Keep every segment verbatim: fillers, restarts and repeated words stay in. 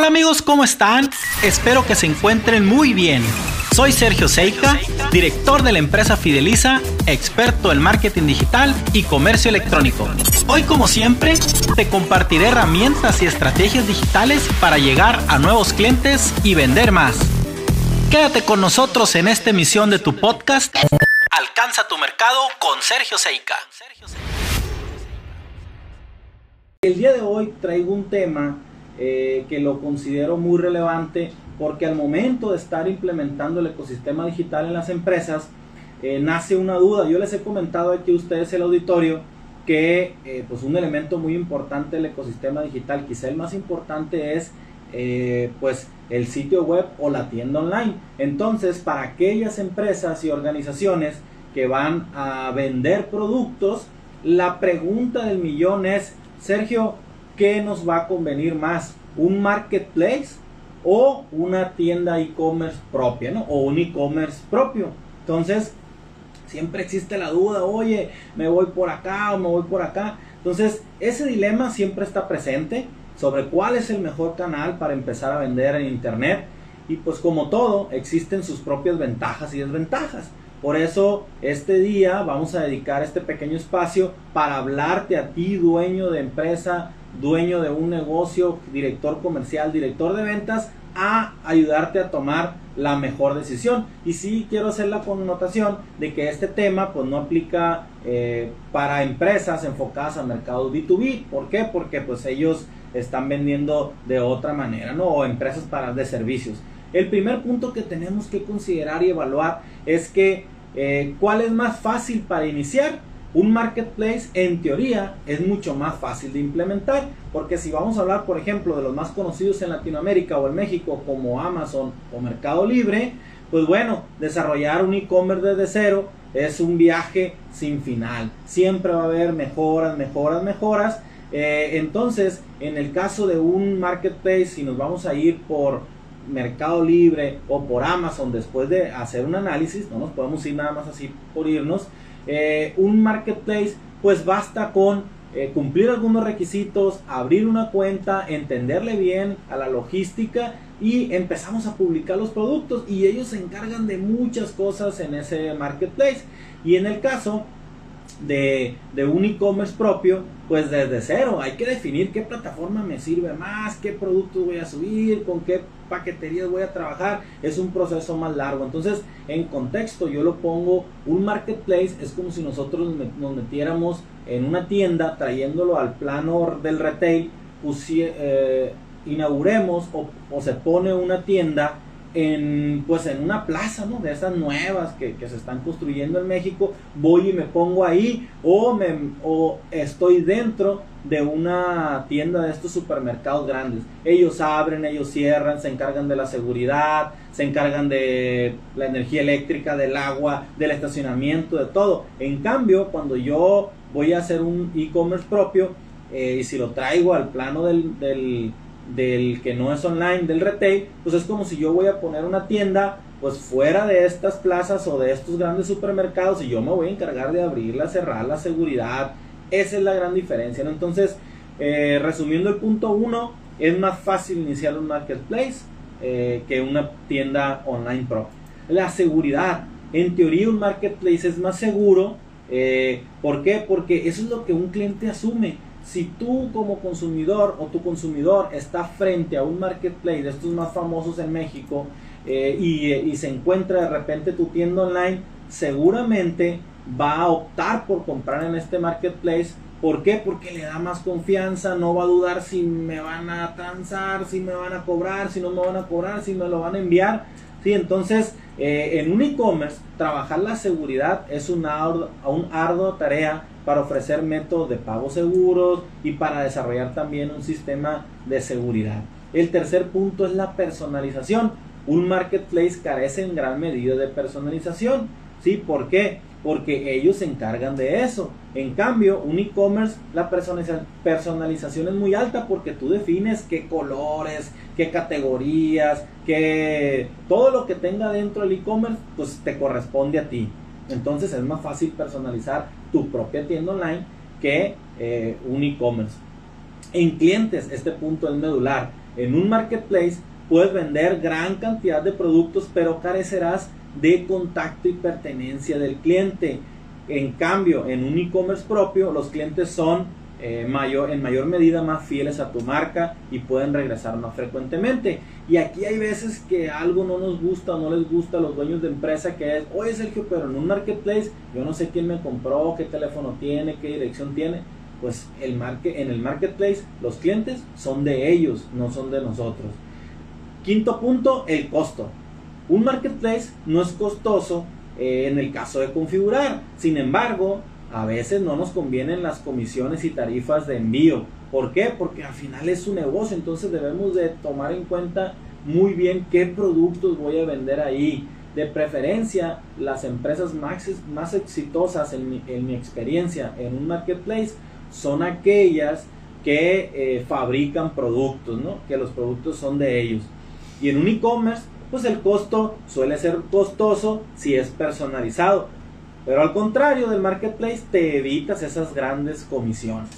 Hola amigos, ¿cómo están? Espero que se encuentren muy bien. Soy Sergio Seica, director de la empresa Fideliza, experto en marketing digital y comercio electrónico. Hoy, como siempre, te compartiré herramientas y estrategias digitales para llegar a nuevos clientes y vender más. Quédate con nosotros en esta emisión de tu podcast Alcanza tu mercado con Sergio Seica. El día de hoy traigo un tema eh, que lo considero muy relevante porque al momento de estar implementando el ecosistema digital en las empresas eh, nace una duda. Yo les he comentado aquí a ustedes, el auditorio, que eh, pues un elemento muy importante del ecosistema digital, quizá el más importante, es eh, pues el sitio web o la tienda online. Entonces, para aquellas empresas y organizaciones que van a vender productos, la pregunta del millón es: Sergio, ¿qué nos va a convenir más? ¿Un marketplace o una tienda e-commerce propia, ¿no? O un e-commerce propio? Entonces, siempre existe la duda, oye, me voy por acá o me voy por acá. Entonces, ese dilema siempre está presente sobre cuál es el mejor canal para empezar a vender en internet. Y pues como todo, existen sus propias ventajas y desventajas. Por eso este día vamos a dedicar este pequeño espacio para hablarte a ti, dueño de empresa, dueño de un negocio, director comercial, director de ventas, a ayudarte a tomar la mejor decisión. Y sí quiero hacer la connotación de que este tema pues no aplica eh, para empresas enfocadas a mercados B dos B. ¿Por qué? Porque pues ellos están vendiendo de otra manera, ¿no? O empresas para de servicios. El primer punto que tenemos que considerar y evaluar es que eh, ¿cuál es más fácil para iniciar? Un marketplace, en teoría, es mucho más fácil de implementar, porque si vamos a hablar, por ejemplo, de los más conocidos en Latinoamérica o en México, como Amazon o Mercado Libre, pues bueno, desarrollar un e-commerce desde cero es un viaje sin final. Siempre va a haber mejoras, mejoras, mejoras. Eh, entonces, en el caso de un marketplace, si nos vamos a ir por Mercado Libre o por Amazon, después de hacer un análisis, no nos podemos ir nada más así por irnos, eh, un marketplace pues basta con eh, cumplir algunos requisitos, abrir una cuenta, entenderle bien a la logística y empezamos a publicar los productos, y ellos se encargan de muchas cosas en ese marketplace. Y en el caso de, de un e-commerce propio, pues desde cero hay que definir qué plataforma me sirve más, qué productos voy a subir, con qué paqueterías voy a trabajar. Es un proceso más largo. Entonces, en contexto, yo lo pongo: un marketplace es como si nosotros nos metiéramos en una tienda, trayéndolo al plano del retail, pusie, eh, inauguremos o, o se pone una tienda en pues en una plaza, ¿no? De esas nuevas que, que se están construyendo en México. Voy y me pongo ahí, o, me, o estoy dentro de una tienda de estos supermercados grandes. Ellos abren, ellos cierran, se encargan de la seguridad, se encargan de la energía eléctrica, del agua, del estacionamiento, de todo. En cambio, cuando yo voy a hacer un e-commerce propio, eh, y si lo traigo al plano del, del del que no es online, del retail, pues es como si yo voy a poner una tienda pues fuera de estas plazas o de estos grandes supermercados, y yo me voy a encargar de abrirla, cerrar la seguridad. Esa es la gran diferencia, ¿no? Entonces, eh, resumiendo el punto uno, es más fácil iniciar un marketplace eh, que una tienda online pro. La seguridad: en teoría un marketplace es más seguro. eh, ¿por qué? Porque eso es lo que un cliente asume. Si tú como consumidor o tu consumidor está frente a un marketplace de estos más famosos en México, eh, y, y se encuentra de repente tu tienda online, seguramente va a optar por comprar en este marketplace. ¿Por qué? Porque le da más confianza, no va a dudar si me van a transar, si me van a cobrar, si no me van a cobrar, si me lo van a enviar. Sí, entonces, eh, en un e-commerce, trabajar la seguridad es una ardua, un ardua tarea para ofrecer métodos de pago seguros y para desarrollar también un sistema de seguridad. El tercer punto es la personalización. Un marketplace carece en gran medida de personalización. ¿Sí? ¿Por qué? Porque ellos se encargan de eso. En cambio, un e-commerce, la personaliza personalización es muy alta, porque tú defines qué colores, qué categorías, qué todo lo que tenga dentro del e-commerce, pues te corresponde a ti. Entonces es más fácil personalizar tu propia tienda online que eh, un e-commerce. En clientes, este punto es medular. En un marketplace puedes vender gran cantidad de productos, pero carecerás de contacto y pertenencia del cliente. En cambio, en un e-commerce propio, los clientes son eh, mayor, en mayor medida más fieles a tu marca y pueden regresar más frecuentemente. Y aquí hay veces que algo no nos gusta o no les gusta a los dueños de empresa, que es, oye Sergio, pero en un marketplace yo no sé quién me compró, qué teléfono tiene, qué dirección tiene. Pues el market, en el marketplace los clientes son de ellos, no son de nosotros. Quinto punto, el costo. Un marketplace no es costoso eh, en el caso de configurar. Sin embargo, a veces no nos convienen las comisiones y tarifas de envío. ¿Por qué? Porque al final es un negocio, entonces debemos de tomar en cuenta muy bien qué productos voy a vender ahí. De preferencia, las empresas más, más exitosas en mi, en mi experiencia en un marketplace son aquellas que eh, fabrican productos, ¿no? Que los productos son de ellos. Y en un e-commerce, pues el costo suele ser costoso si es personalizado. Pero al contrario del marketplace, te evitas esas grandes comisiones.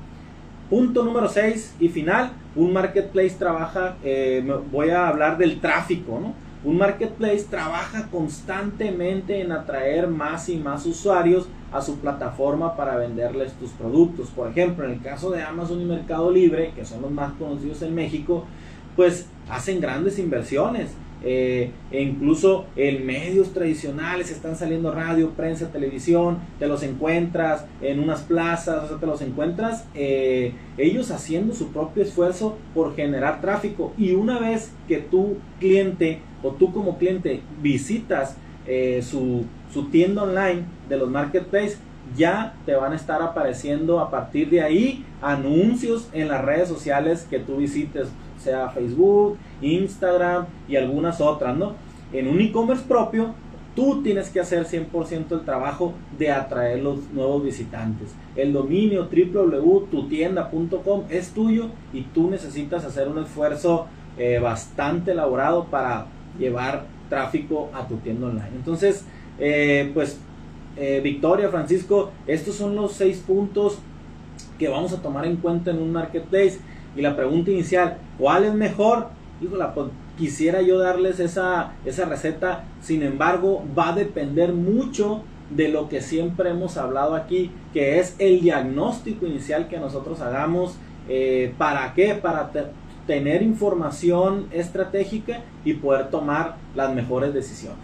Punto número seis y final, un marketplace trabaja, eh, voy a hablar del tráfico, ¿no? Un marketplace trabaja constantemente en atraer más y más usuarios a su plataforma para venderles tus productos. Por ejemplo, en el caso de Amazon y Mercado Libre, que son los más conocidos en México, pues hacen grandes inversiones. Eh, e incluso en medios tradicionales están saliendo radio, prensa, televisión, te los encuentras en unas plazas, o sea, te los encuentras eh, ellos haciendo su propio esfuerzo por generar tráfico. Y una vez que tu cliente o tú como cliente visitas eh, su, su tienda online de los marketplaces, ya te van a estar apareciendo a partir de ahí anuncios en las redes sociales que tú visites, sea Facebook, Instagram y algunas otras, ¿no? En un e-commerce propio, tú tienes que hacer cien por ciento el trabajo de atraer los nuevos visitantes. El dominio doble u doble u doble u punto tu tienda punto com es tuyo y tú necesitas hacer un esfuerzo eh, bastante elaborado para llevar tráfico a tu tienda online. Entonces, eh, pues, eh, Victoria, Francisco, estos son los seis puntos que vamos a tomar en cuenta en un marketplace. Y la pregunta inicial, ¿cuál es mejor? Híjole, pues, quisiera yo darles esa, esa receta, sin embargo, va a depender mucho de lo que siempre hemos hablado aquí, que es el diagnóstico inicial que nosotros hagamos. Eh, ¿Para qué? Para te tener información estratégica y poder tomar las mejores decisiones.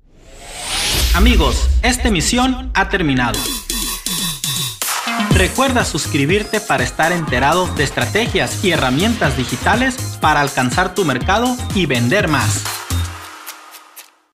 Amigos, esta emisión ha terminado. Recuerda suscribirte para estar enterado de estrategias y herramientas digitales para alcanzar tu mercado y vender más.